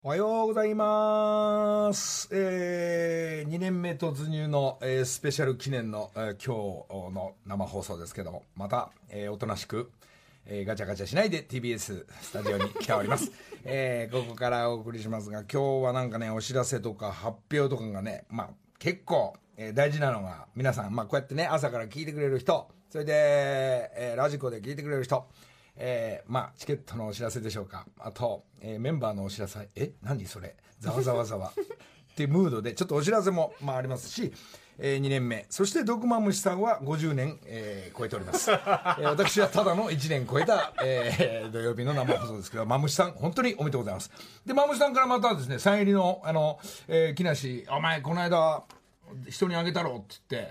おはようございます。2年目突入の、スペシャル記念の、今日の生放送ですけども、また、おとなしく、ガチャガチャしないで TBS スタジオに来ております。ここからお送りしますが、今日はなんかね、お知らせとか発表とかがね、結構、大事なのが、皆さん、こうやってね、朝から聞いてくれる人、それで、ラジコで聞いてくれる人、チケットのお知らせでしょうか。あと、メンバーのお知らせ、何それざわざわざわっていうムードでちょっとお知らせも、ありますし、2年目そして毒マムシさんは50年、超えております。私はただの1年超えた、土曜日の生放送ですけど、マムシさん本当におめでとうございます。でマムシさんからまたですね、サイン入りの木梨、お前この間人にあげたろって言って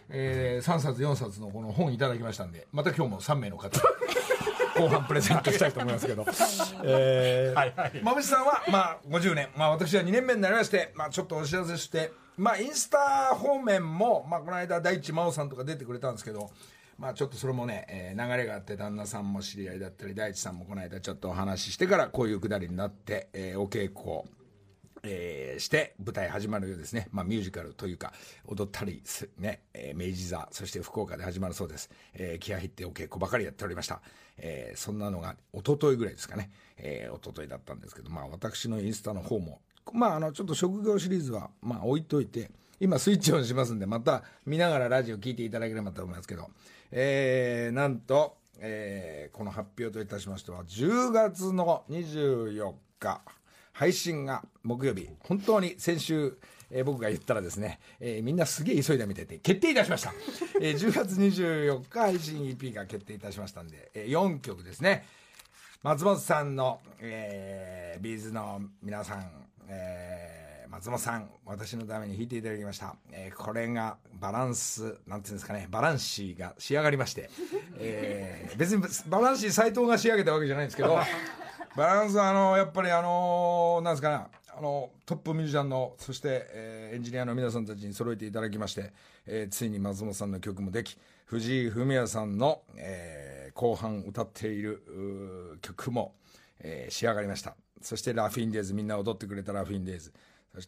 、3冊4冊のこの本いただきましたんで、また今日も3名の方後半プレゼントしたいと思いますけど、まぶしさんは、50年、私は2年目になりまして、ちょっとお知らせして、インスタ方面も、この間大地真央さんとか出てくれたんですけど、ちょっとそれもね、流れがあって、旦那さんも知り合いだったり、大地さんもこの間ちょっとお話ししてからこういうくだりになって、お稽古をして舞台始まるようですね。ミュージカルというか踊ったりね、明治座そして福岡で始まるそうです。気合入ってお稽古ばかりやっておりました。そんなのが一昨日ぐらいですかね。一昨日だったんですけど、私のインスタの方もちょっと職業シリーズは置いといて、今スイッチオンしますんで、また見ながらラジオ聞いていただければと思いますけど、なんと、この発表といたしましては10月の24日配信が木曜日、本当に先週、僕が言ったらですね、みんなすげえ急いだみたいで決定いたしました。10月24日配信 EP が決定いたしましたんで、4曲ですね。松本さんの、ビーズの皆さん、松本さん、私のために弾いていただきました。これがバランス、なんていうんですかね、バランシーが仕上がりまして、別にバランシー斉藤が仕上げたわけじゃないんですけど、バランスはやっぱりなんですかね、トップミュージシャンの、そして、エンジニアの皆さんたちに揃えていただきまして、ついに松本さんの曲もでき、藤井フミヤさんの、後半歌っている曲も、仕上がりました。そしてラフィンデイズ、みんな踊ってくれたラフィンデイズ、そして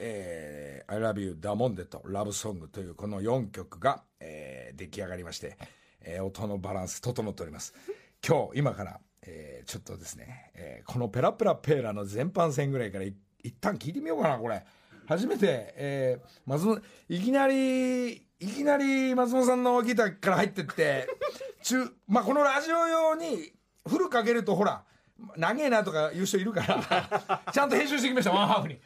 、I Love You ダモンデとラブソングというこの4曲が、出来上がりまして、音のバランス整っております。今からちょっとですね、このペラペラペーラの前半戦ぐらいから一旦聞いてみようかな。これ初めて、いきなり松本さんのギターから入ってってこのラジオ用にフルかけるとほら長えなとか言う人いるからちゃんと編集してきました、ワンハーフに。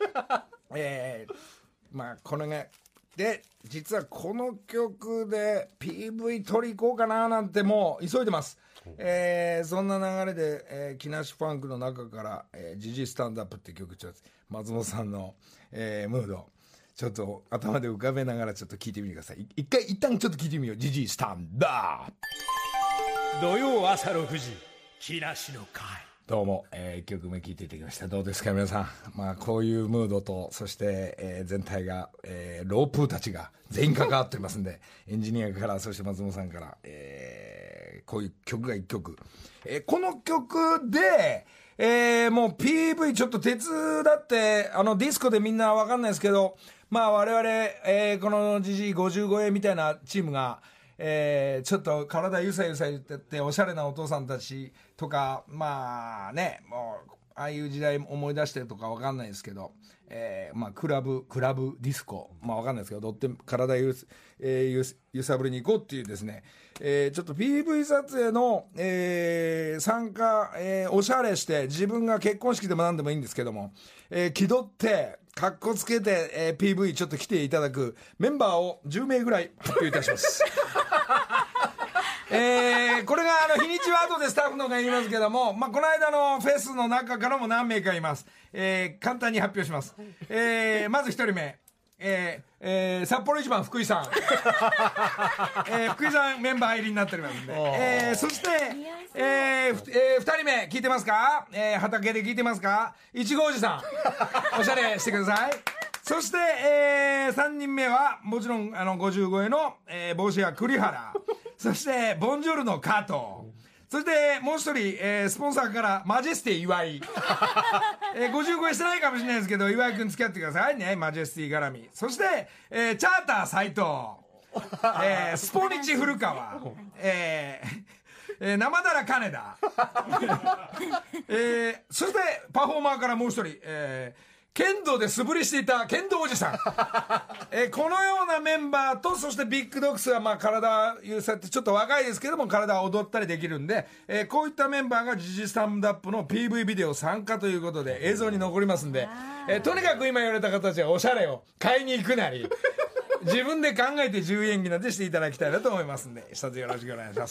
これね、で実はこの曲で PV 撮り行こうかななんてもう急いでます。そんな流れで、木梨ファンクの中から「ジジイスタンドアップ」って曲、ちょっと松本さんの、ムードちょっと頭で浮かべながらちょっと聞いてみてください。一旦ちょっと聞いてみよう。ジジイスタンドアップ、土曜朝6時木梨の会。どうも、1曲目聴いていただきました。どうですか皆さん。こういうムードと、そして、全体が、ロープたちが全員関わっておりますんで、エンジニアから、そして松本さんから、こういう曲が1曲。この曲で、もう PV ちょっと手伝って、ディスコでみんなわかんないですけど、我々、このジジイ55みたいなチームが、ちょっと体ゆさゆさ言ってっておしゃれなお父さんたちとか、もうああいう時代思い出してとかわかんないですけど、クラブディスコ、わかんないですけど、どって体揺さぶりに行こうっていうですね、ちょっと PV 撮影の、参加、おしゃれして自分が結婚式でも何でもいいんですけども、気取ってかっこつけて、PV ちょっと来ていただくメンバーを10名ぐらい発表いたしますこれが日にちは後でスタッフの方が言いますけども、この間のフェスの中からも何名かいます。簡単に発表します。まず1人目、札幌一番福井さん、福井さんメンバー入りになっておりますんで、そして、2人目聞いてますか、畑で聞いてますか、いちごおじさんおしゃれしてください。そして、3人目はもちろん55への、帽子屋栗原、そしてボンジョルの加藤、そしてもう一人、スポンサーからマジェスティ岩井、 50超えしてないかもしれないですけど、岩井くん付き合ってくださいね。マジェスティ絡み。そして、チャーター斉藤、スポニチ古川、生だら金田、そしてパフォーマーからもう一人、剣道で素振りしていた剣道おじさん、このようなメンバーと、そしてビッグドッグスはまあ体優さってちょっと若いですけども体を踊ったりできるんで、こういったメンバーが時事スタンドアップの PV ビデオ参加ということで映像に残りますんで、とにかく今言われた方たちはおしゃれを買いに行くなり自分で考えて10演技なんてしていただきたいなと思いますんで、一つよろしくお願いします。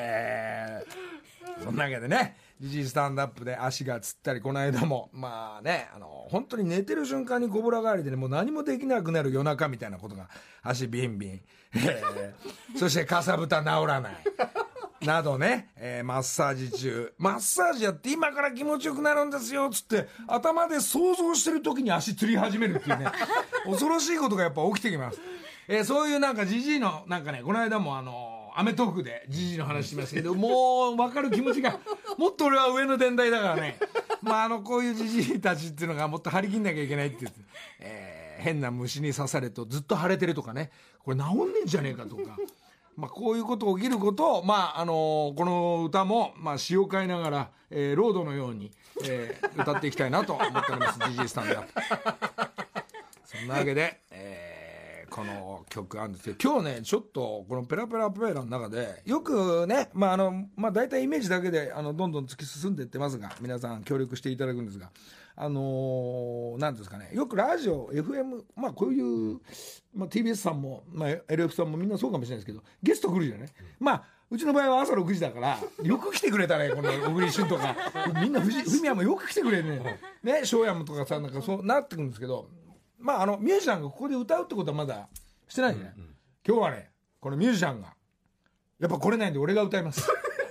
そんなわけでね、時事スタンドアップで足がつったり、この間もまあね、本当に寝てる瞬間にコブラ代わりでね、もう何もできなくなる夜中みたいなことが、足ビンビン、そしてかさぶた治らないなどね、マッサージ中、マッサージやって今から気持ちよくなるんですよつって頭で想像してる時に足つり始めるっていうね恐ろしいことがやっぱ起きてきます。そういうなんかジジイのなんかね、この間もアメトークでジジイの話しましたけど、もう分かる気持ちがもっと俺は上の年代だからね、まあこういうジジイたちっていうのがもっと張り切んなきゃいけないって言って、変な虫に刺されるとずっと腫れてるとかね、これ治んねえんじゃねえかとかまあこういうこと起きることを、まあこの歌もまあ詩を変えながら、ロードのように、歌っていきたいなと思っております。ジジイスタンドアップそんなわけで、この曲あるんですけど、今日ねちょっとこのペラペラペラの中でよくね、まあまあ大体イメージだけでどんどん突き進んでいってますが、皆さん協力していただくんですが、なんですかね、よくラジオ FM、まあこういう、まあ、TBS さんも、まあ、LF さんもみんなそうかもしれないですけど、ゲスト来るじゃない、まあうちの場合は朝6時だからよく来てくれたね、この小栗旬とかみんなフミヤもよく来てくれるね、翔やんとかさ、なんかそうなってくるんですけど、まあミュージシャンがここで歌うってことはまだしてないじゃない、今日はねこのミュージシャンがやっぱ来れないんで俺が歌います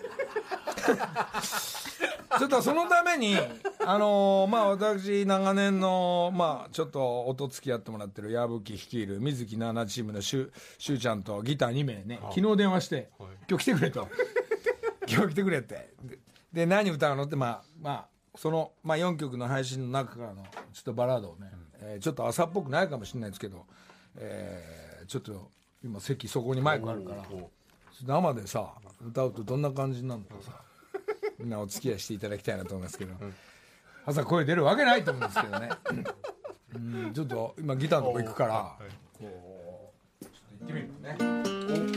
ちょっとそのためにまあ私長年のまあちょっと音付き合ってもらってる矢吹率いる水木奈々チームのしゅうちゃんとギター2名ね、昨日電話して今日来てくれと今日来てくれってで何歌うのって、まあその、まあ、4曲の配信の中からのちょっとバラードをね、ちょっと朝っぽくないかもしれないですけど、ちょっと今席そこにマイクあるから生でさ歌うとどんな感じになるのかさみんなお付き合いしていただきたいなと思いますけど、朝声出るわけないと思うんですけどねちょっと今ギターのとこ行くからこうちょっと行って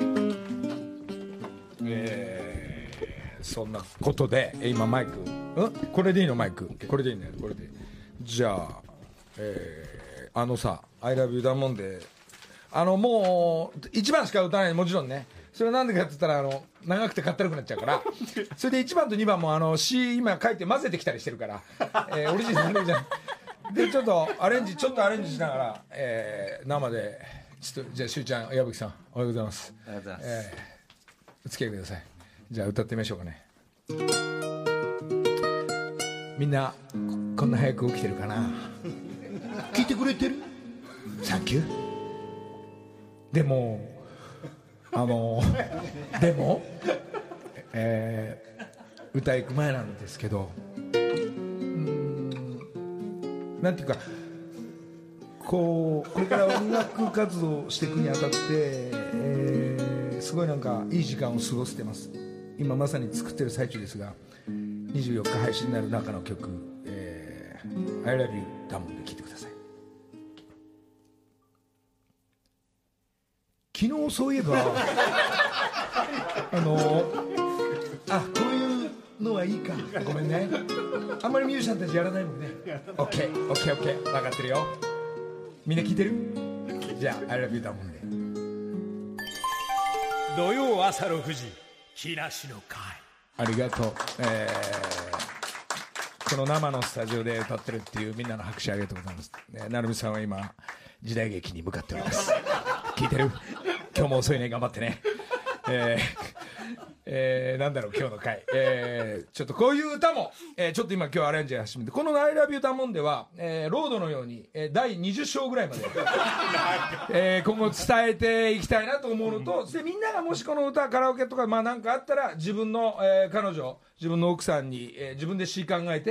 みるね。そんなことで今マイクこれでいいの、マイクこれでいいね、これでじゃあさ「ILOVEYOU だもんでもう1番しか歌わない、もちろんね。それはなんでかって言ったら長くてかったるくなっちゃうから、それで1番と2番も詩今書いて混ぜてきたりしてるから、オリジナルじゃんでちょっとアレンジしながら、生でちょっとじゃあしゅうちゃん矢吹さんおはようございます。 おはようございます。 お付き合いください。じゃあ歌ってみましょうかね。みんなこんな早く起きてるかな。聞いてくれてる？サンキュー。でもでも、歌いく前なんですけど、なんていうかこれから音楽活動していくにあたって、すごいなんかいい時間を過ごしてます。今まさに作ってる最中ですが、24日配信になる中の曲「I love you だもん」で聴いてください。昨日そういえばこういうのはいいか、ごめんね、あんまりミュージシャンたちやらないもんね。 OKOKOK 分かってるよ、みんな聞いてる？じゃあ I love you だもんで。 土曜朝6時木梨の会。 ありがとう、この生のスタジオで歌ってるっていうみんなの拍手ありがとうございます、成美さんは今時代劇に向かっております。聞いてる？今日も遅いね、頑張ってね。なんだろう今日の回、ちょっとこういう歌も、ちょっと今日アレンジ始めて、この I love you だもんでは、ロードのように、第20章ぐらいまで、今後伝えていきたいなと思うのと、でみんながもしこの歌カラオケとかまあなんかあったら自分の、彼女自分の奥さんに、自分で詩考えて、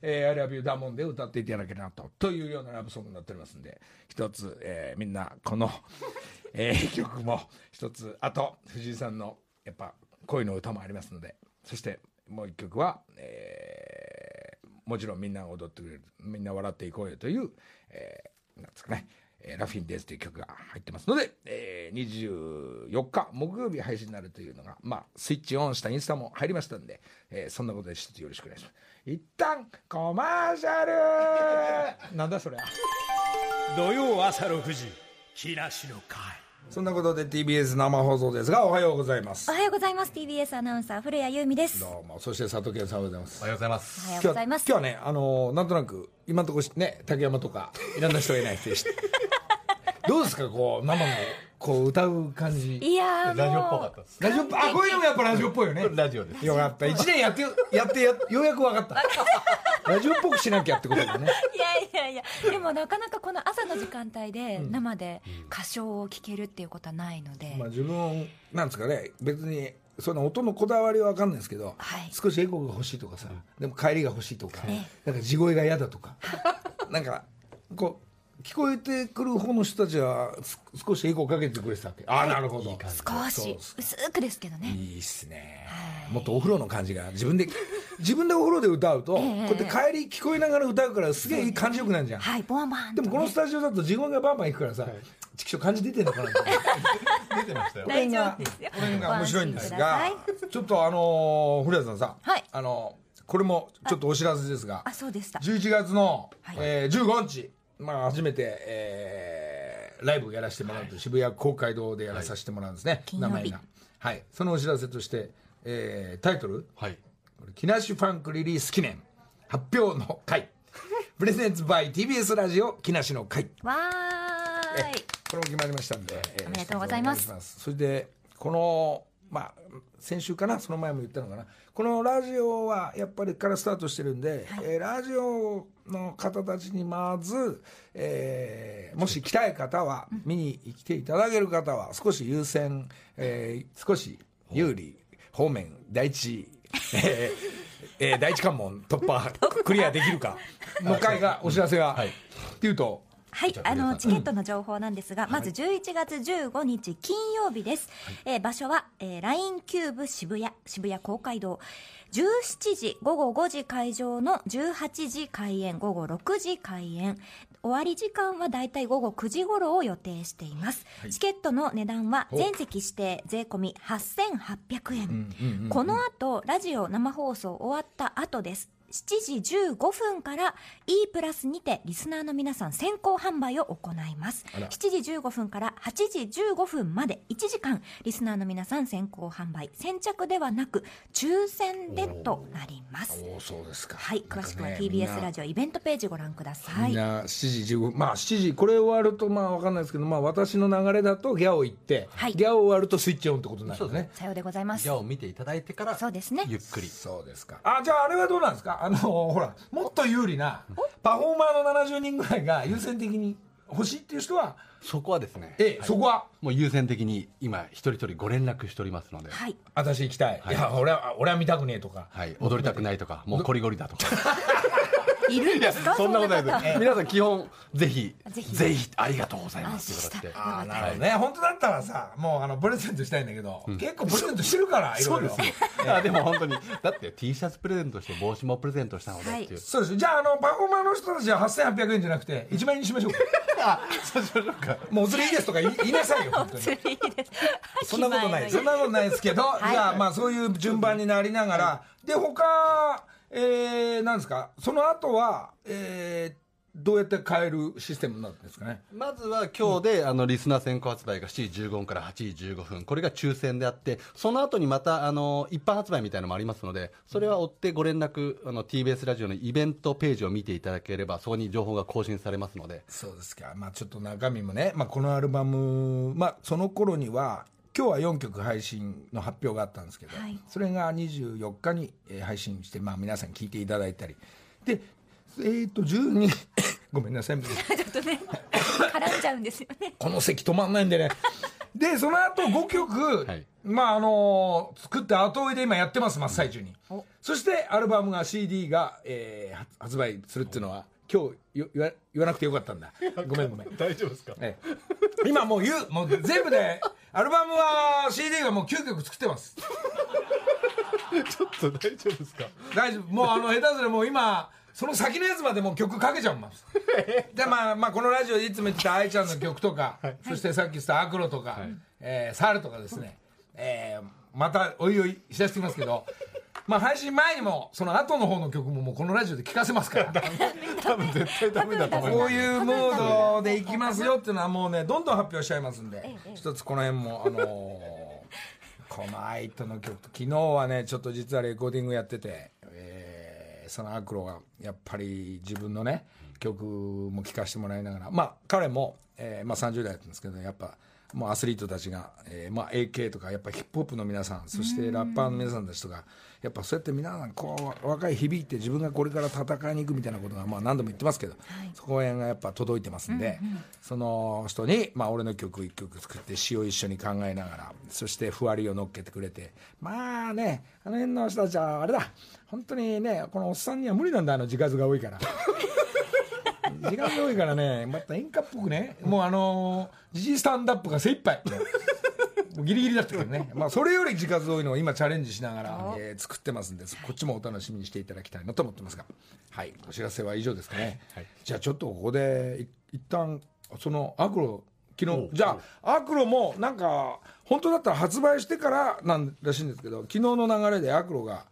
I love you だもんで歌っていただけなというようなラブソングになっておりますんで、一つ、みんなこの、曲も一つ、あと藤井さんのやっぱ恋の歌もありますので、そしてもう一曲は、もちろんみんなが踊ってくれる、みんな笑っていこうよという、なんですかね、ラフィンデーズという曲が入ってますので、24日木曜日配信になるというのが、スイッチオンしたインスタも入りましたんで、そんなことで一つよろしくお願いします。一旦コマーシャルなんだそれ。 土曜朝6時木梨の会。 そんなことで TBS 生放送ですが、おはようございます。 おはようございます。 TBS アナウンサー古谷由美です。 どうも。そして佐藤健さんおはようございます。 おはようございます。 おはようございます。 今日はね、なんとなく今のところね、竹山とかいろんな人がいない人でしたどうですか、こう生のこう歌う感じ。 いやー、 ラジオっぽかったです。 ラジオ、こういうのもやっぱラジオっぽいよね。 ラジオです。 よかった。1年やってようやく分かったラジオっぽくしなきゃってことだね。 いやでもなかなかこの朝の時間帯で生で歌唱を聴けるっていうことはないので、 自分なんですかね、別にその音のこだわりは分かんないですけど、 はい、 少しエコーが欲しいとかさ、でも帰りが欲しいとか、なんか地声が嫌だとかなんかこう聞こえてくる方の人たちは少しエコーかけてくれてたっけ。なるほど。 少し薄くですけどね。 いいっすね、もっとお風呂の感じが自分でお風呂で歌うと、こうやって帰り聞こえながら歌うからすげえ感じよくなるじゃん。 はい、ボワンボワンとね。 でもこのスタジオだと地声がバンバンいくからさ、ちくしょう感じ出てんのかなって出てましたよ。 大丈夫ですよ。 これが面白いんですが、 ご安心くださちょっと古谷さんさ、 はいこれもちょっとお知らせですが、 そうでした。 11月の、 はい 15日、初めて、ライブをやらせてもらうと、渋谷公会堂でやらさせてもらうんですね、 金曜日名前が。はい、そのお知らせとして、タイトル、 はい。 これ木梨ファンクリリース記念発表の会プレゼンツバイ TBS ラジオ木梨の会、 わーい。 これも決まりましたんで、 おめでとうございます。 お願それでこの先週かな、その前も言ったのかな、このラジオはやっぱりからスタートしてるんで、ラジオの方たちにまず、もし来たい方は、見に来ていただける方は少し優先、少し有利方面第一、第一関門突破クリアできるかの回がお知らせが、っていうと、 はい、チケットの情報なんですが、まず11月15日金曜日です。場所は、LINE キューブ渋谷公会堂。17時、午後5時会場の18時開演、午後6時開演。終わり時間はだいたい午後9時頃を予定しています。チケットの値段は全席指定税込み8800円。この後、ラジオ生放送終わった後です。7時15分から E プラスにてリスナーの皆さん先行販売を行います。7時15分から8時15分まで1時間リスナーの皆さん先行販売、先着ではなく抽選でとなります。 そうですか。 はい、詳しくは TBS ラジオイベントページご覧ください。 みんな7時15分、7時これ終わると分かんないですけど、私の流れだとギャオ行って、ギャオ終わるとスイッチオンってことになるんですね。 さようでございます。 ギャオを見ていただいてからそうですね、 ゆっくり。 そうですか。じゃああれはどうなんですか、ほらもっと有利なパフォーマーの70人ぐらいが優先的に欲しいっていう人は、 そこはですね、 そこはもう優先的に今一人一人ご連絡しておりますので、 はい、 私行きたい、いや俺は見たくねえとか、 踊りたくないとか、もうコリゴリだとかいるんですか。 そんなことないです。皆さん基本ぜひありがとうござい安ます心した。 なるほどね。本当だったらさ、もうプレゼントしたいんだけど、結構プレゼントしてるからいろいろ。 でも本当にだって T シャツプレゼントして帽子もプレゼントしたのでっていう。 そうです。じゃあパフォーマーの人たちは8800円じゃなくて1万円にしましょうか。 そうしましょうか。 もうお釣りいいですとか言いなさいよ本当に。そんなことないですけど、じゃあそういう順番になりながら、で他なんですか、その後はどうやって変えるシステムになるんですかね。 まずは今日で、リスナー先行発売が7時15分から8時15分、これが抽選であって、その後にまた一般発売みたいなのもありますので、それは追ってご連絡TBS ラジオのイベントページを見ていただければ、そこに情報が更新されますので。 そうですか。ちょっと中身もね、このアルバム、その頃には今日は4曲配信の発表があったんですけど、それが24日に配信して、皆さん聞いていただいたりで、12ごめんなさいちょっとね絡んじゃうんですよね。 この席止まんないんでね。でその後5曲、作って後追いで今やってます、真っ最中に。 そしてアルバムが CD が、発売するっていうのは今日言わなくてよかったんだ。ごめん大丈夫ですか？ 今もうもう全部でアルバムは CD がもう9曲作ってます。 ちょっと大丈夫ですか？ 大丈夫。もう下手すりゃもう今その先のやつまでもう曲かけちゃいます。でまあこのラジオでいつも言ってた愛ちゃんの曲とか、そしてさっき言ったアクロとか、サルとかですね、またおいおいしだしてきますけど、まあ配信前にもその後の方の曲ももうこのラジオで聴かせますから。 多分絶対ダメだと思います。 こういうムードでいきますよっていうのはもうねどんどん発表しちゃいますんで、一つこの辺もこの愛との曲、昨日はねちょっと実はレコーディングやってて、そのアクロがやっぱり自分のね曲も聴かせてもらいながら、まあ彼も、30代だったんですけど、やっぱもうアスリートたちが、AK とかやっぱヒップホップの皆さん、そしてラッパーの皆さんたちとか、やっぱそうやって皆さんこう若い響いて自分がこれから戦いに行くみたいなことが、まあ何度も言ってますけど、そこら辺がやっぱ届いてますんで、その人に、俺の曲一曲作って詩を一緒に考えながら、そしてふわりを乗っけてくれて、まあねあの辺の人たちはあれだ、本当にねこのおっさんには無理なんだ、字数が多いから時間が多いからね、また演歌っぽくね、もうジジスタンダップが精一杯もうギリギリだったけどね、それより字数多いのを今チャレンジしながら、作ってますんで、こっちもお楽しみにしていただきたいなと思ってますが、はい、お知らせは以上ですかね。じゃあちょっとここで一旦そのアクロ昨日じゃあアクロもなんか本当だったら発売してからなんらしいんですけど、昨日の流れでアクロが、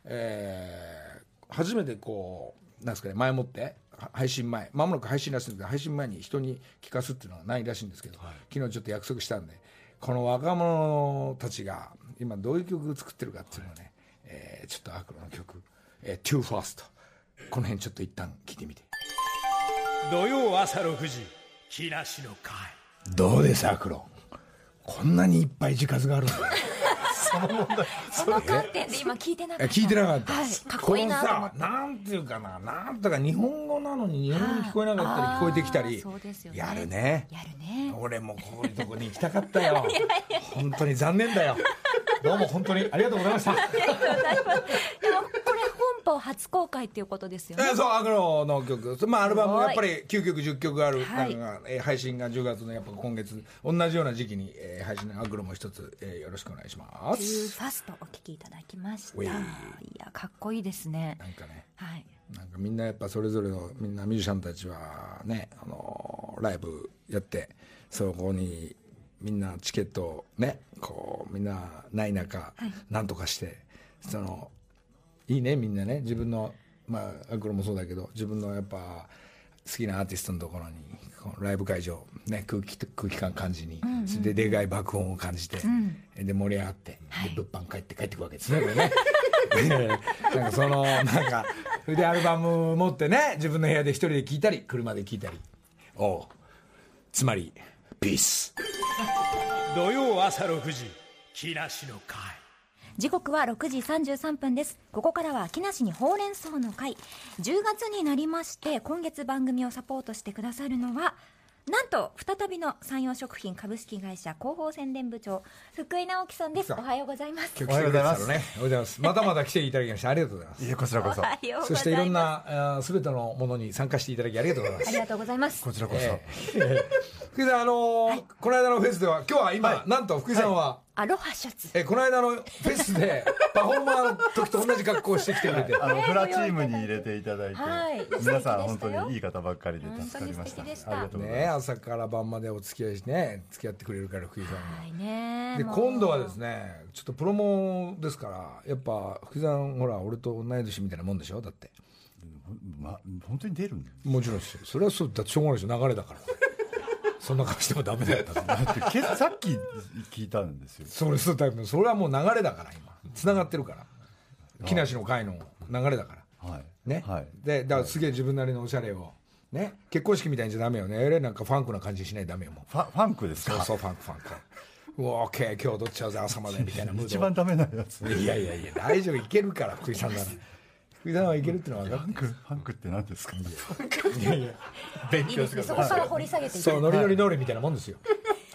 初めてこうなんですかね、前もって配信前、まもなく配信らしいんですけど、配信前に人に聞かすっていうのはないらしいんですけど、昨日ちょっと約束したんで、この若者たちが今どういう曲作ってるかっていうのをね、ちょっとアクロの曲「Too Fast」、この辺ちょっと一旦聞いてみて。 土曜朝6時木梨の会。 どうですアクロ、こんなにいっぱい字数があるんだよその観点で今聞いてなかった。 聞いてなかった、 はい、かっこいいなと思って。 このさ、なんていうかな、なんとか日本語なのに日本語に聞こえなかったり聞こえてきたり、 そうですよね、 やるね。俺もこういうとこに行きたかったよ本当に残念だよ。どうも本当にありがとうございました。 ありがとうございます。でもこれ本邦初公開っていうことですよね。 そう、アクロの曲、アルバムやっぱり9曲10曲ある、 はいなんか配信が10月のやっぱ今月同じような時期に、配信のアクロも一つ、よろしくお願いします。 ファストお聴きいただきました。いやかっこいいですね。 なんかね、 はい、 なんかみんなやっぱそれぞれのみんなミュージシャンたちはね、ライブやってそこにみんなチケットをねこうみんなない中、なんとかしていいね、みんなね自分のアクロもそうだけど自分のやっぱ好きなアーティストのところにこのライブ会場、ね、空気感感じに、それででかい爆音を感じて、で盛り上がって、で物販帰ってくわけですねこれねなんかなんかでアルバム持ってね自分の部屋で一人で聴いたり車で聴いたり、つまりピース。 土曜朝6時木梨の会。 時刻は6時33分です。ここからは木梨にほうれん草の会。10月になりまして今月番組をサポートしてくださるのはなんと再びの山陽食品株式会社広報宣伝部長福井直樹さんです。おはようございます。 おはようございます。おはようございます。またまた来ていただきましてありがとうございます。 いえ、こちらこそ。 そしていろんな全てのものに参加していただきありがとうございます。 ありがとうございます。 こちらこそ。 福井さん、この間のフェスでは今日は今、なんと福井さんは、 アロハシャツ。 この間のフェスでパフォーマーの時と同じ格好をしてきてくれてフラチームに入れていただいて、皆さん本当にいい方ばっかりで助かりました。ありがとうございます。 朝から晩までお付き合いしてね付き合ってくれるから福井さんは、 で今度はですねちょっとプロモですからやっぱ福井さんほら俺と同い年みたいなもんでしょ。だって本当に出るんもちろんですよ。それはそうだってしょうがないでしょ。流れだからそんな顔してもダメだよ。だってさっき聞いたんですよ。 それはもう流れだから今つながってるから木梨の会の流れだから、 はいね、 はい、 でだからすげえ自分なりのおしゃれをね、結婚式みたいにじゃダメよね。なんかファンクな感じしないとダメよ。もうファンクですか。 そうファンクオーケー今日踊っちゃうぜ朝までみたいなムード一番ダメなやつ。 いや大丈夫いけるから福井さんなら福井さんはいけるってのは分かる。 ファンクって何ですか。 いや勉強してください。そこから掘り下げていく。 そうノリノリみたいなもんですよ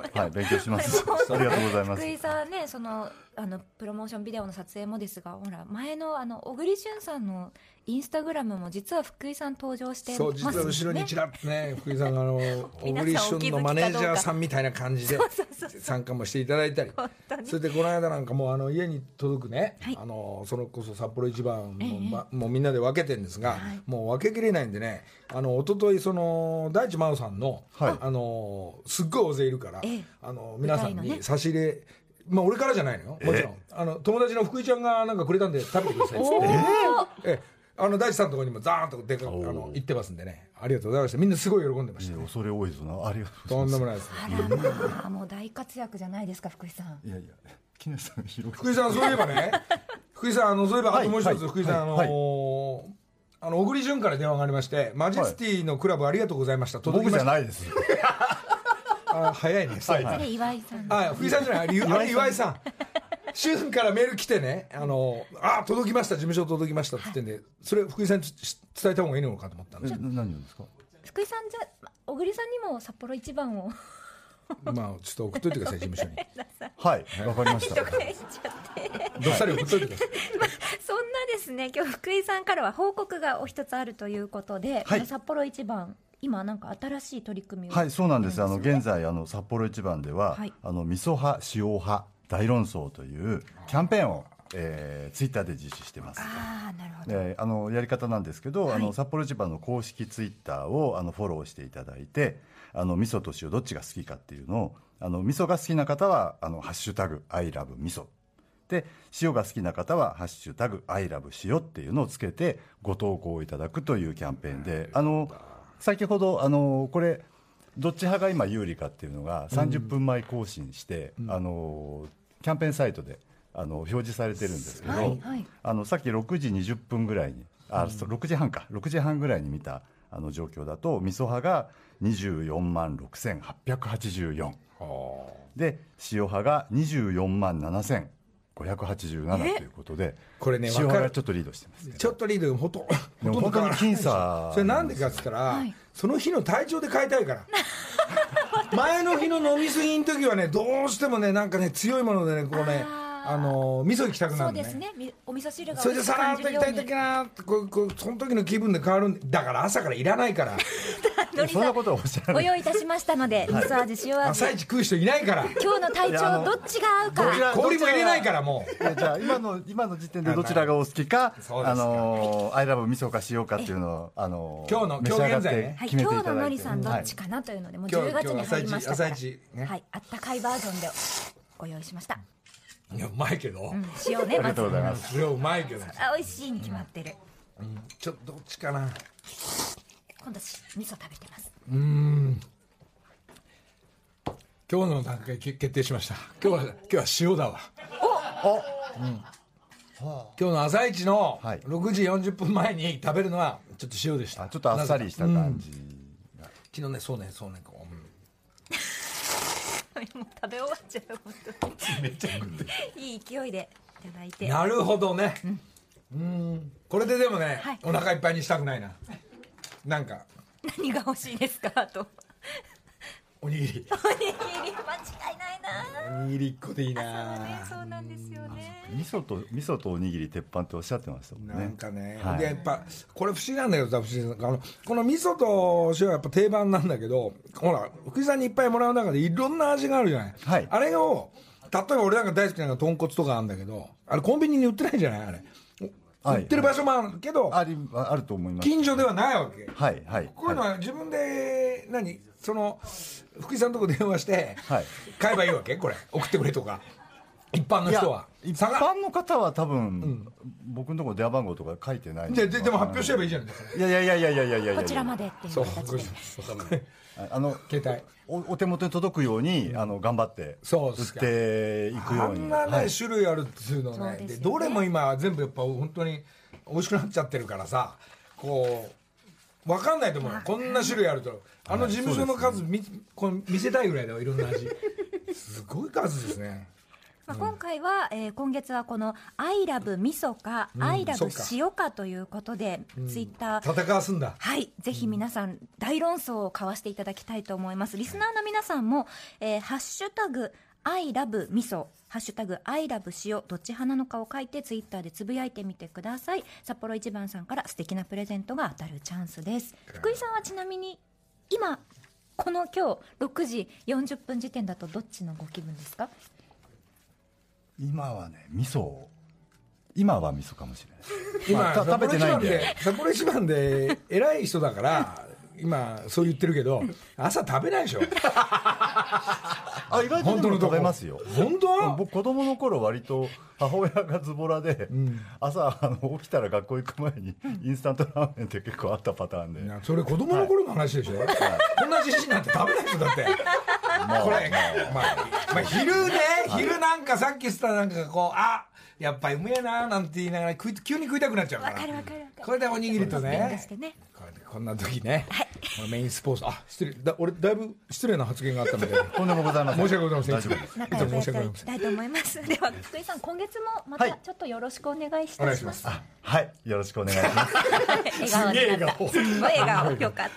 はい、勉強します。ありがとうございます。 福井さんね、プロモーションビデオの撮影もですが、ほら前の小栗旬さんのインスタグラムも実は福井さん登場してますよね。 そう、実は後ろにちらっとね、福井さんが小栗旬のマネージャーさんみたいな感じで参加もしていただいたり、それでこの間なんかもう家に届くね、はい、それこそ札幌一番も、もうみんなで分けてるんですが、もう分けきれないんでね、一昨日大地真央さんの、すっごい大勢いるから、皆さんに差し入れ、まあ俺からじゃないのよ、もちろん友達の福井ちゃんがなんかくれたんで食べてくださいって大地さんのところにもザーンと行ってますんでね、ありがとうございました。みんなすごい喜んでました、 恐れ多いぞな、ありがとうございます。とんでもないですね。もう大活躍じゃないですか福井さん。 いやいや、木梨さん福井さん、そういえばね福井さん、そういえばあともう一つ、福井さん、小栗旬から電話がありまして、マジェスティのクラブありがとうございました、 僕じゃないです。 早いね。 それ岩井さん。 福井さんじゃない、岩井さん。旬からメール来てね、届きました、事務所届きましたって言ってんで、それ福井さんに伝えた方がいいのかと思ったんです。 何ですか。 福井さんじゃ、小栗さんにも札幌一番を。 まあちょっと送っといてください、事務所に。 はい、わかりました。 どっさり送っといてください。 そんなですね、今日福井さんからは報告がお一つあるということで、札幌一番。今なんか新しい取り組みを。 はい、そうなんです。現在札幌一番では、味噌派塩派大論争というキャンペーンを、ツイッターで実施してます。 なるほど。 やり方なんですけど、札幌一番の公式ツイッターをフォローしていただいて、味噌と塩どっちが好きかっていうのを、味噌が好きな方はハッシュタグ I love 味噌で、塩が好きな方はハッシュタグ I love 塩っていうのをつけてご投稿いただくというキャンペーンで、先ほどこれどっち派が今有利かっていうのが30分前更新して、キャンペーンサイトで表示されてるんですけど、さっき6時20分ぐらいに6時半か6時半ぐらいに見た状況だと、味噌派が24万6884で、塩派が24万7587ということで、 これね、 塩派がちょっとリードしてます。 ちょっとリード、ほとんどに僅差。 それなんでかっつったら、その日の体調で変えたいから。前の日の飲み過ぎの時はね、どうしてもね、なんかね、強いものでね、こうね、味噌行きたくなるね。 そうですね、お味噌汁がそれでさらっと行きたい時なって、その時の気分で変わるんだから、朝からいらないから。 そんなことをおっしゃらない。 ご用意いたしましたので、味噌味塩味。 朝一食う人いないから。 今日の体調どっちが合うか。 氷も入れないからもう。 じゃあ今の時点でどちらがお好きか、アイラブ味噌か塩かっていうのを今日現在ね、 今日ののりさんどっちかなというので、もう10月に入りましたから、はい、あったかいバージョンでご用意しました。 いや、うまいけど、 塩ね、 ありがとうございます。 それはうまいけど、 美味しいに決まってる。 ちょっとどっちかな。 今度味噌食べてます。 今日の段階決定しました。今日は塩だわ。今日の朝一の6時40分前に食べるのはちょっと塩でした。 ちょっとあっさりした感じ。 昨日ね、そうねこう。 もう食べ終わっちゃう、本当に。めっちゃいい勢いでいただいて。 なるほどね。これででもね、お腹いっぱいにしたくないな。なんか何が欲しいですか。あとおにぎり。 間違いないな。 おにぎり1個でいいな。 そうなんですよね。 味噌とおにぎり鉄板っておっしゃってましたもんね。 なんかね、でやっぱこれ不思議なんだけどさ、この味噌と塩はやっぱ定番なんだけど、ほら福井さんにいっぱいもらう中でいろんな味があるじゃない。あれを例えば俺なんか大好きなのが豚骨とかあるんだけど、あれコンビニに売ってないじゃない。あれ売ってる場所もあるけど、 あると思います。 近所ではないわけ。こういうのは自分で福井さんのとこ電話して買えばいいわけ。これ送ってくれとか。一般の人は、 一般の方は多分、僕のところ電話番号とか書いてない。 でも発表しればいいじゃないですか。 いやこちらまでっていう形で、 携帯お手元に届くように頑張って売っていくように。 あんなね種類あるっていうのね。でどれも今全部やっぱ本当に美味しくなっちゃってるからさ、こう分かんないと思う。こんな種類あると事務所の数見せたいぐらいだよ、いろんな味。すごい数ですね。 今回は、今月はこの「アイラブ味噌か、アイラブ塩か」ということで、ツイッター戦わすんだ。 はい、ぜひ皆さん大論争を交わしていただきたいと思います。リスナーの皆さんも、ハッシュタグアイラブ味噌、ハッシュタグアイラブ塩、どっち派なのかを書いてツイッターでつぶやいてみてください。札幌一番さんから素敵なプレゼントが当たるチャンスです。福井さんはちなみに今この今日6時40分時点だとどっちのご気分ですか？ 今はね今は味噌かもしれない。 今、 食べてないんで。 札幌一番で偉い人だから今そう言ってるけど、朝食べないでしょ。 意外とでも食べますよ。 本当？ 僕子供の頃割と母親がズボラで、朝起きたら学校行く前にインスタントラーメンって結構あったパターンで。 それ子供の頃の話でしょ。こんなじじいなんて食べない人だって。これまあ昼なんかさっき言ったなんかこうやっぱりうめえななんて言いながら急に食いたくなっちゃうから。 わかるこれでおにぎりとね。こんな時ね、メインスポーツ、失礼俺だいぶ失礼な発言があったのでとんでもございません。 申し訳ございません。 仲良くやっていきたいと思います。では福井さん、今月もまたちょっとよろしくお願いします。 はい、よろしくお願いします。 笑顔になった。すごい笑顔、よかった。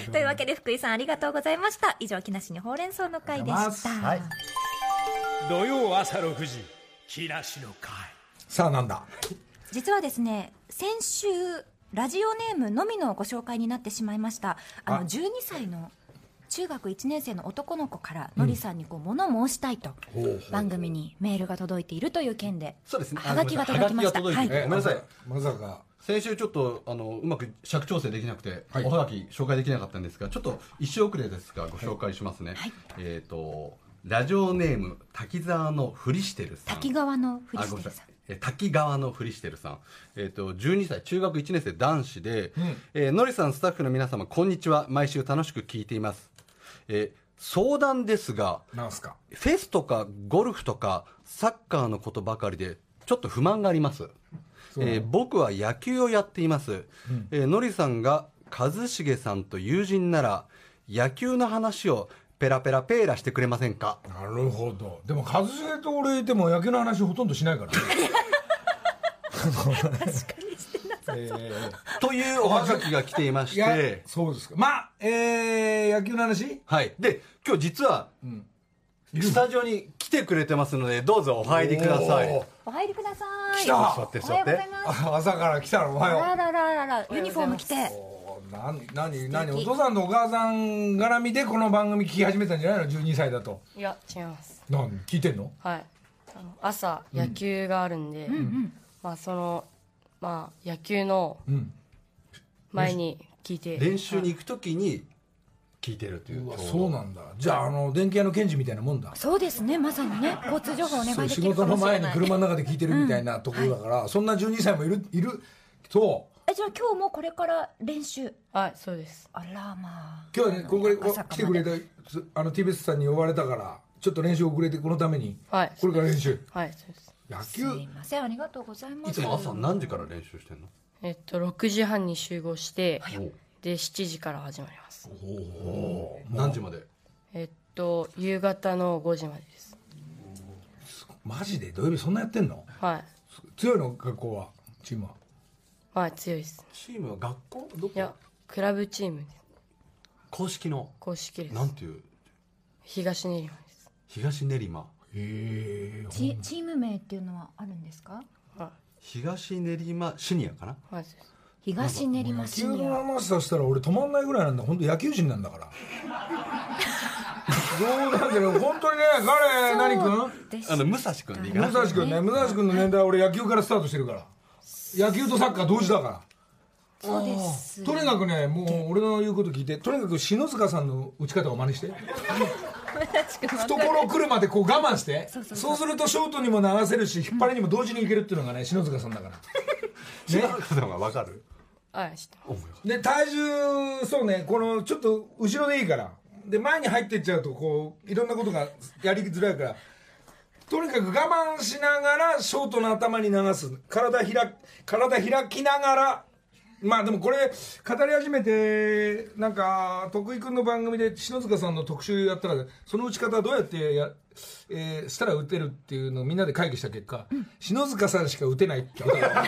というわけで福井さんありがとうございました。以上、木梨にほうれん草の会でした。 はい。 土曜朝6時木梨の会。 さあなんだ。 実はですね、先週ラジオネームのみのご紹介になってしまいました。12歳の中学1年生の男の子からのりさんに物申したいと番組にメールが届いているという件で、 そうですね、 はがきが届きました。 ごめんなさい、 まさか先週ちょっとうまく尺調整できなくて、おはがき紹介できなかったんですが、ちょっと一周遅れですがご紹介しますね。ラジオネーム滝沢のふりしてるさん。 滝川のふりしてるさん。 滝川のふりしてるさん、12歳中学1年生男子で、のりさんスタッフの皆様こんにちは、毎週楽しく聞いています。相談ですが、 なんすか？ フェスとかゴルフとかサッカーのことばかりでちょっと不満があります。僕は野球をやっています。のりさんが一茂さんと友人なら野球の話をペラペラペーラしてくれませんか？ なるほど。でも一茂と俺いても野球の話ほとんどしないからね。 確かにしてなさそう。 というおはがきが来ていまして、 そうですか。野球の話？ はい。で今日実は、スタジオに来てくれてますので、どうぞお入りください。 お入りください。 来た。 座っておはようございます。 朝から来たの。おはよう。 あらユニフォーム着て。 何お父さんとお母さん絡みでこの番組聞き始めたんじゃないの？12歳だと。 いや違います。 聞いてんの？ はい。朝野球があるんで、野球の前に聞いて、 練習に行くときに聞いてるという。 そうなんだ。じゃあ電気屋の検事みたいなもんだ。 そうですね、まさにね、交通情報お願いできるかもしれない。 仕事の前に車の中で聞いてるみたいなところだから、そんな12歳もいると。 じゃあ今日もこれから練習？ はいそうです。 あらまあ。 今日はねここで来てくれたTBS さんに呼ばれたからちょっと練習遅れてこのために、 はい、 これから練習。 はいそうです。 野球。 すいません、ありがとうございます。 いつも朝何時から練習してんの ？6時半に集合して、で7時から始まります。 何時まで？ 夕方の5時までです。 マジで土曜日そんなやってんの？ はい。 強いの学校はチームは？ はい強いです。 チームは学校どこ？ いやクラブチームです。 公式の？ 公式です。 なんていう？ 東練馬です。 東練馬。 チーム名っていうのはあるんですか？ はい。 東練馬シニアかな？ はいそうです。 東練馬シニア。 野球の話させたら俺止まんないぐらいなんだ。本当野球人なんだから。そうだけど本当にね、彼何君？ 武蔵君でいいかな。 武蔵君ね、武蔵君の年代は俺野球からスタートしてるから。野球とサッカー同時だから。 そうです。 とにかくね、もう俺の言うこと聞いて、とにかく篠塚さんの打ち方を真似して。懐来るまでこう我慢して、そうするとショートにも流せるし引っ張りにも同時にいけるっていうのがね、篠塚さんだからね。 篠塚さんは分かる？ はい知ってます。 で体重そうね、このちょっと後ろでいいからで前に入っていっちゃうとこういろんなことがやりづらいから、とにかく我慢しながらショートの頭に流す、体開きながらまあでもこれ語り始めてなんか徳井君の番組で篠塚さんの特集やったらその打ち方どうやってしたら打てるっていうのをみんなで会議した結果、篠塚さんしか打てないってことが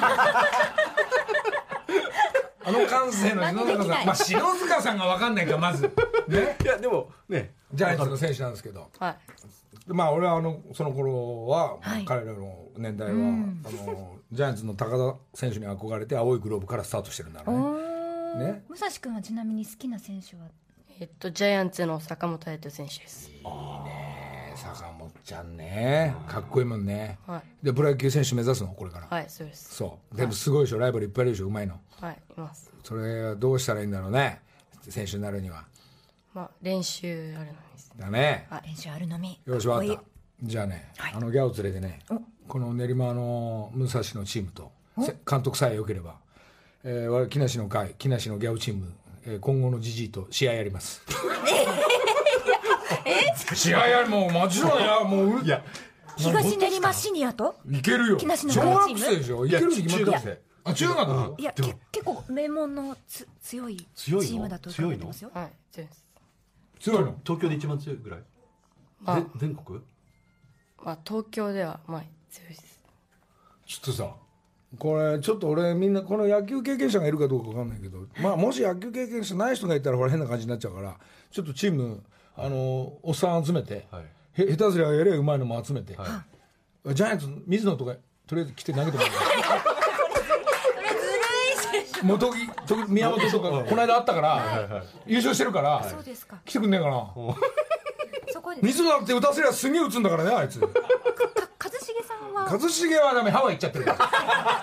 あの感性の篠塚さん、まあ篠塚さんが分かんないかまずね。 いやでもね、 ジャイアンツの選手なんですけど、 はい。 まあ俺はその頃は、 はい彼らの年代は、ジャイアンツの高田選手に憧れて青いグローブからスタートしてるんだろうね。ね、 武蔵君はちなみに好きな選手は？ ジャイアンツの坂本勇人選手です。 坂本ちゃんね、かっこいいもんね。 はい。 でプロ野球選手目指すのこれから。 はい、そうです。 そうでもすごいでしょ、ライバルいっぱいいるでしょ、うまいの。 はい、います。 それはどうしたらいいんだろうね、選手になるには。 まあ練習あるのです。 だね。 練習あるのみ。 よし、わかっかっこた。じゃあね、 はいギャオ連れてね、この練馬の武蔵のチームと監督さえ良ければ、木梨の会、木梨のギャオチーム、今後のジジイと試合やります。試合やる、もうもちろんや、もういや東練馬シニアといけるよ。 木梨の小会チーム学生でしょ、いけるに決まってます。 生。 あ、中学。 いや結構名門の強いチームだと伺ってますよ。 はい、そうです。 強いの。 東京で一番強いぐらい。 まあ全国？ まあ東京ではまあ強いです。 ちょっとさ、これちょっと俺みんなこの野球経験者がいるかどうか分かんないけど、まあもし野球経験者ない人がいたらこれ変な感じになっちゃうから、ちょっとチームおっさん集めて、 はい下手すりゃやればうまいのも集めて、ジャイアンツ水野とかとりあえず来て投げてもらう。元木宮本とかこの間あったから優勝してるからそうですか。 来てくんねえかな。 そこで水野だって打たせりゃすげえ打つんだからね、あいつ。 一茂さんは一茂はダメ、ハワイ行っちゃってるから。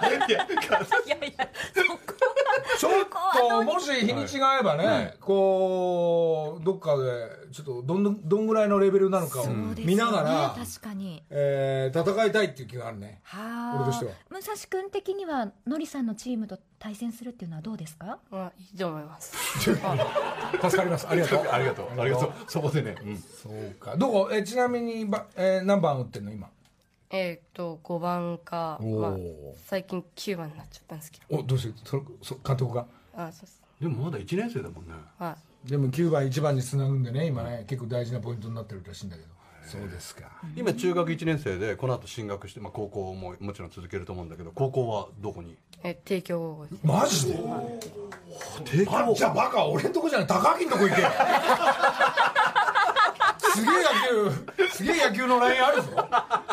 いやいやそこちょっともし日にちが合えばね、こうどっかでちょっとどんぐらいのレベルなのかを見ながら、 確かに戦いたいっていう気があるね。 は俺としては武蔵君的にはのりさんのチームと対戦するっていうのはどうですか？ まあいいと思います。 助かります。ありがとう。 ありがとう。そこでね。 そうか。どこちなみに何番打ってんの今？ 5番か、 おーまあ、最近9番になっちゃったんですけど。 お、どうして監督が。 あ、そうです。 でもまだ1年生だもんね。 はでも9番1番につなぐんでね、今ね結構大事なポイントになってるらしいんだけど。そうですか。 今中学1年生でこの後進学して、まあ、高校ももちろん続けると思うんだけど、高校はどこに？ い。帝京です。 マジで？ 帝京。 じゃあバカ、俺んとこじゃない、高木んとこ行け。すげえ野球のラインあるぞ。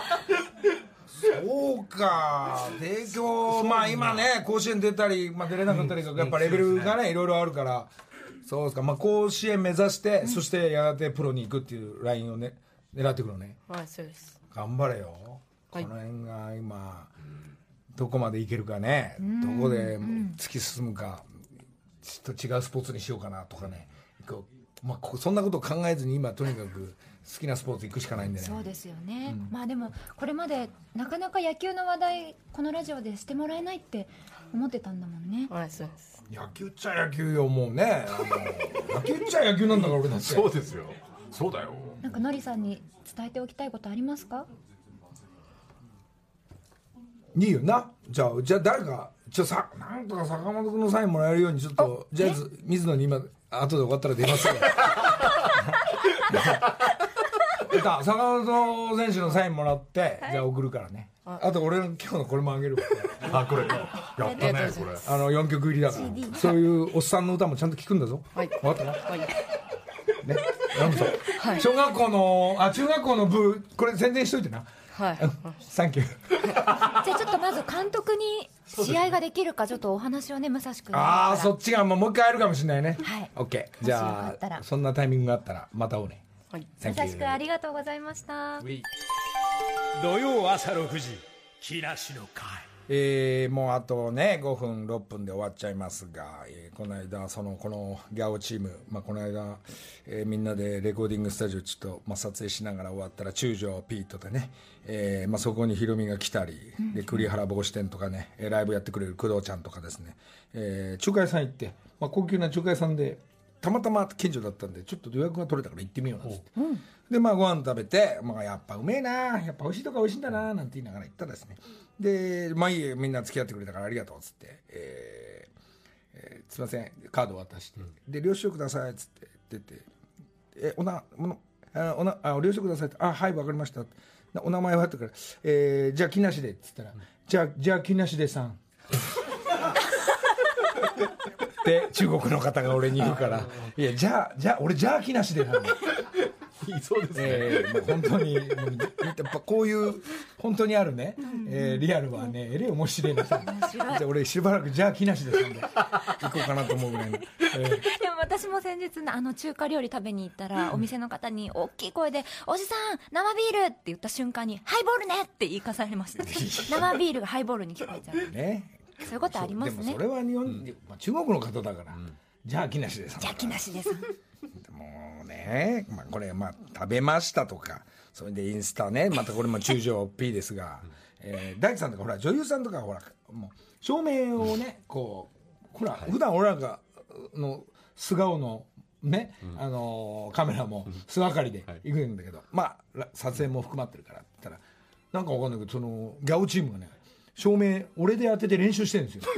そうか、帝京、まあ今ね甲子園出たり、まあ、出れなかったりとか、やっぱレベルがねいろいろあるから、そうですか、まあ、甲子園目指して、そしてやがてプロに行くっていうラインをね狙っていくのね。 はい、そうです。 頑張れよ、 はいこの辺が今どこまでいけるかね、どこで突き進むか、ちょっと違うスポーツにしようかなとかね、こう、まあ、そんなことを考えずに今とにかく好きなスポーツ行くしかないんでね。 そうですよね、まあでもこれまでなかなか野球の話題このラジオでしてもらえないって思ってたんだもんね。 はい、そうです。 野球っちゃ野球よ、もうね野球っちゃ野球なんだから俺だって。 そうですよ。そうだよ。 なんかのりさんに伝えておきたいことありますか？ いいよな。じゃあ誰かなんとか坂本君のサインもらえるようにちょっとジャイアンツ水野に今後で終わったら出ますよ。坂本選手のサインもらって、じゃあ送るからね。あと俺の今日のこれもあげるわ。 あ、これやったね、これ。 4曲入りだから、そういうおっさんの歌もちゃんと聞くんだぞ。 はい。 分かったな。 はい。 ね、なんと、小学校の中学校の部これ宣伝しといてな。 はい。 サンキュー。 じゃあちょっとまず監督に試合ができるかちょっとお話をね武蔵君に。 ああ、そっちがもう一回あるかもしれないね。 はい。 オッケー。じゃもしよかったらあそんなタイミングがあったらまた会おうね。 はい。 サンキュー武蔵君ありがとうございました。 土曜朝6時木梨の会。 もうあとね5分6分で終わっちゃいますが、この間このギャオチーム、この間、みんなでレコーディングスタジオちょっと、撮影しながら終わったら中条ピートでね、そこにヒロミが来たり、で栗原帽子店とかねライブやってくれる工藤ちゃんとかですね、中華屋さん行って、高級な中華屋さんでたまたま近所だったんでちょっと予約が取れたから行ってみようなんて、でご飯食べて、やっぱうめえな、やっぱ美味しいとか美味しいんだななんて言いながら行ったらですね、でいいみんな付き合ってくれたからありがとうっつって、 すいませんカード渡して、で領収書くださいっつって出て、領収書くださいって、はいわかりました、お名前はってから、じゃあ木梨でっつったら、じゃあ木梨でさんで中国の方が俺に言うから、いやじゃあ俺じゃあ木梨でなんだいそうですね、 もう本当にやっぱこういう本当にあるね、リアルはねえれい面白いな。じゃあ俺しばらくじゃあ木梨でんで行こうかなと思うぐらいの、 でも私も先日中華料理食べに行ったら、お店の方に大きい声で「おじさん生ビール!」って言った瞬間に「ハイボールね!」って言い重ねました生ビールがハイボールに聞こえちゃうね。 そういうことありますね。 でもそれは日本、中国の方だから、じゃあ木梨でさん、 じゃあ木梨でさんもうね、これ食べましたとか、それでインスタね、またこれも中条 P ですが、大地さんとかほら女優さんとかほらもう照明をねこうほら、普段俺らがの素顔のね、カメラも素明かりで行くんだけど、撮影も含まってるからって言ったら、なんかわかんないけどそのギャオチームがね照明俺で当てて練習してるんですよ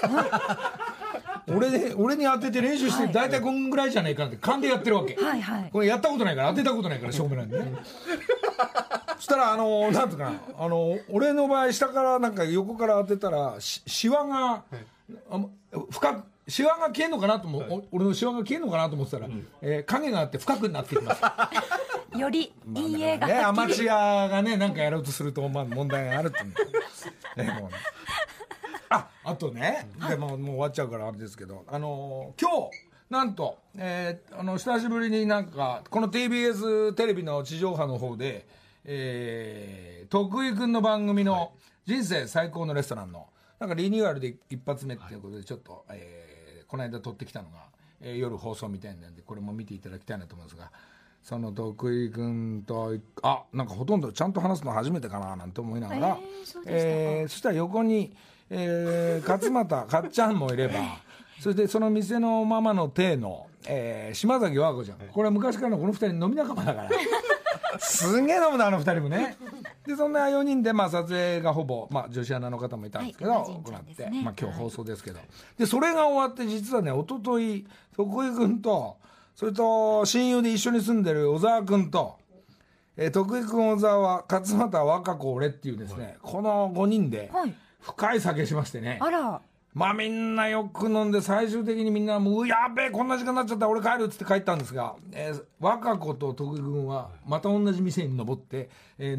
俺に当てて練習して、大体こんぐらいじゃないかって勘でやってるわけ、これやったことないから当てたことないから照明なんでねそしたらなんとか俺の場合下からなんか横から当てたらシワが、深くシワが消えんのかなと俺のシワが消えんのかなと思ってたら、影があって深くなっていきますより陰影がね、アマチュアがねなんかやろうとすると問題があるってねもうねあとね、でももう終わっちゃうからあれですけど、今日なんと、久しぶりになんかこの TBS テレビの地上波の方で、徳井くんの番組の人生最高のレストランのなんかリニューアルで一発目っていうことでちょっと、この間撮ってきたのが、夜放送みたいなんでこれも見ていただきたいなと思うんですが、その徳井君となんかほとんどちゃんと話すの初めてかななんて思いながら、そしたら横に、勝俣かっちゃんもいればそれでその店のママの体の、島崎和子ちゃん、これは昔からのこの2人飲み仲間だからすげえ飲むな2人もね。でそんな4人で撮影がほぼ、女子アナの方もいたんですけど、行って、今日放送ですけど、でそれが終わって実はね一昨日徳井君とそれと親友で一緒に住んでる小沢君と、徳井君小沢勝俣若子俺っていうですね、この5人で深い酒しましてね、みんなよく飲んで最終的にみんなもうやべえこんな時間になっちゃった俺帰るっつって帰ったんですが、若子と徳井君はまた同じ店に残って、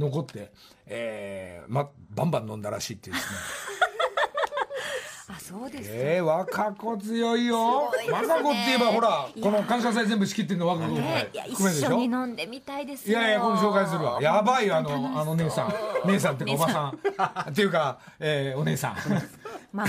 バンバン飲んだらしいっていうですねそうです若子強いよ。若子って言えばほらこの感謝祭全部仕切ってるの若子含めでしょ。 一緒に飲んでみたいですよ。 いやこの紹介するわ。やばいよ姉さんっていうかおばさんっていうか、お姉さんママ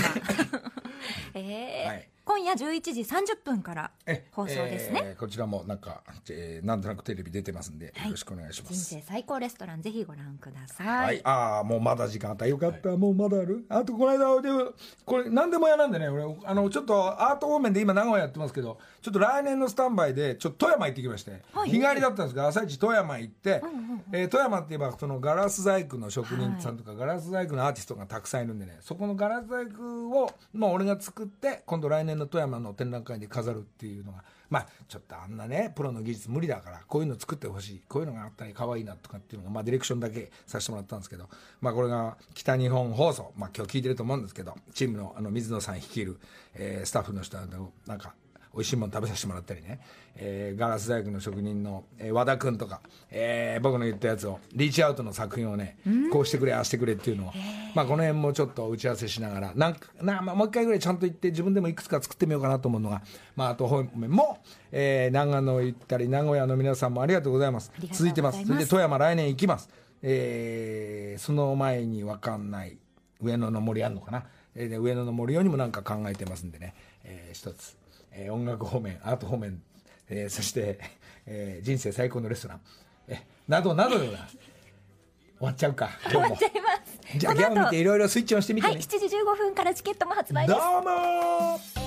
今夜11時30分から放送ですね。 こちらもなんか、なんとなくテレビ出てますんで、よろしくお願いします。 人生最高レストランぜひご覧ください。 もうまだ時間あったよかった、もうまだある。あとこの間でこれ何でも屋なんでね、俺ちょっとアート方面で今名古屋やってますけど、ちょっと来年のスタンバイでちょっと富山行ってきまして、日帰りだったんですが朝一富山行って、富山って言えばそのガラス細工の職人さんとか、ガラス細工のアーティストがたくさんいるんでね、そこのガラス細工を俺が作って今度来年の富山の展覧会で飾るっていうのが、ちょっとあんなねプロの技術無理だからこういうの作ってほしい、こういうのがあったり可愛いなとかっていうのが、ディレクションだけさせてもらったんですけど、これが北日本放送、今日聞いてると思うんですけど、チームの水野さん率いる、スタッフの人はなんか美味しいもの食べさせてもらったりね、ガラス細工の職人の、和田君とか、僕の言ったやつをリーチアウトの作品をね、こうしてくれああしてくれっていうのを、この辺もちょっと打ち合わせしながらもう一回ぐらいちゃんと言って自分でもいくつか作ってみようかなと思うのが、あと方面も、長野行ったり名古屋の皆さんもありがとうございます。続いてます。それで富山来年行きます。その前に分かんない上野の森あるのかな、上野の森用にもなんか考えてますんでね、一つ音楽方面アート方面、そして、人生最高のレストラン、などなどでございます。終わっちゃうか今日も。 終わっちゃいます。 じゃあギャオ見ていろいろスイッチを押してみてね。 7時15分からチケットも発売です。 どうも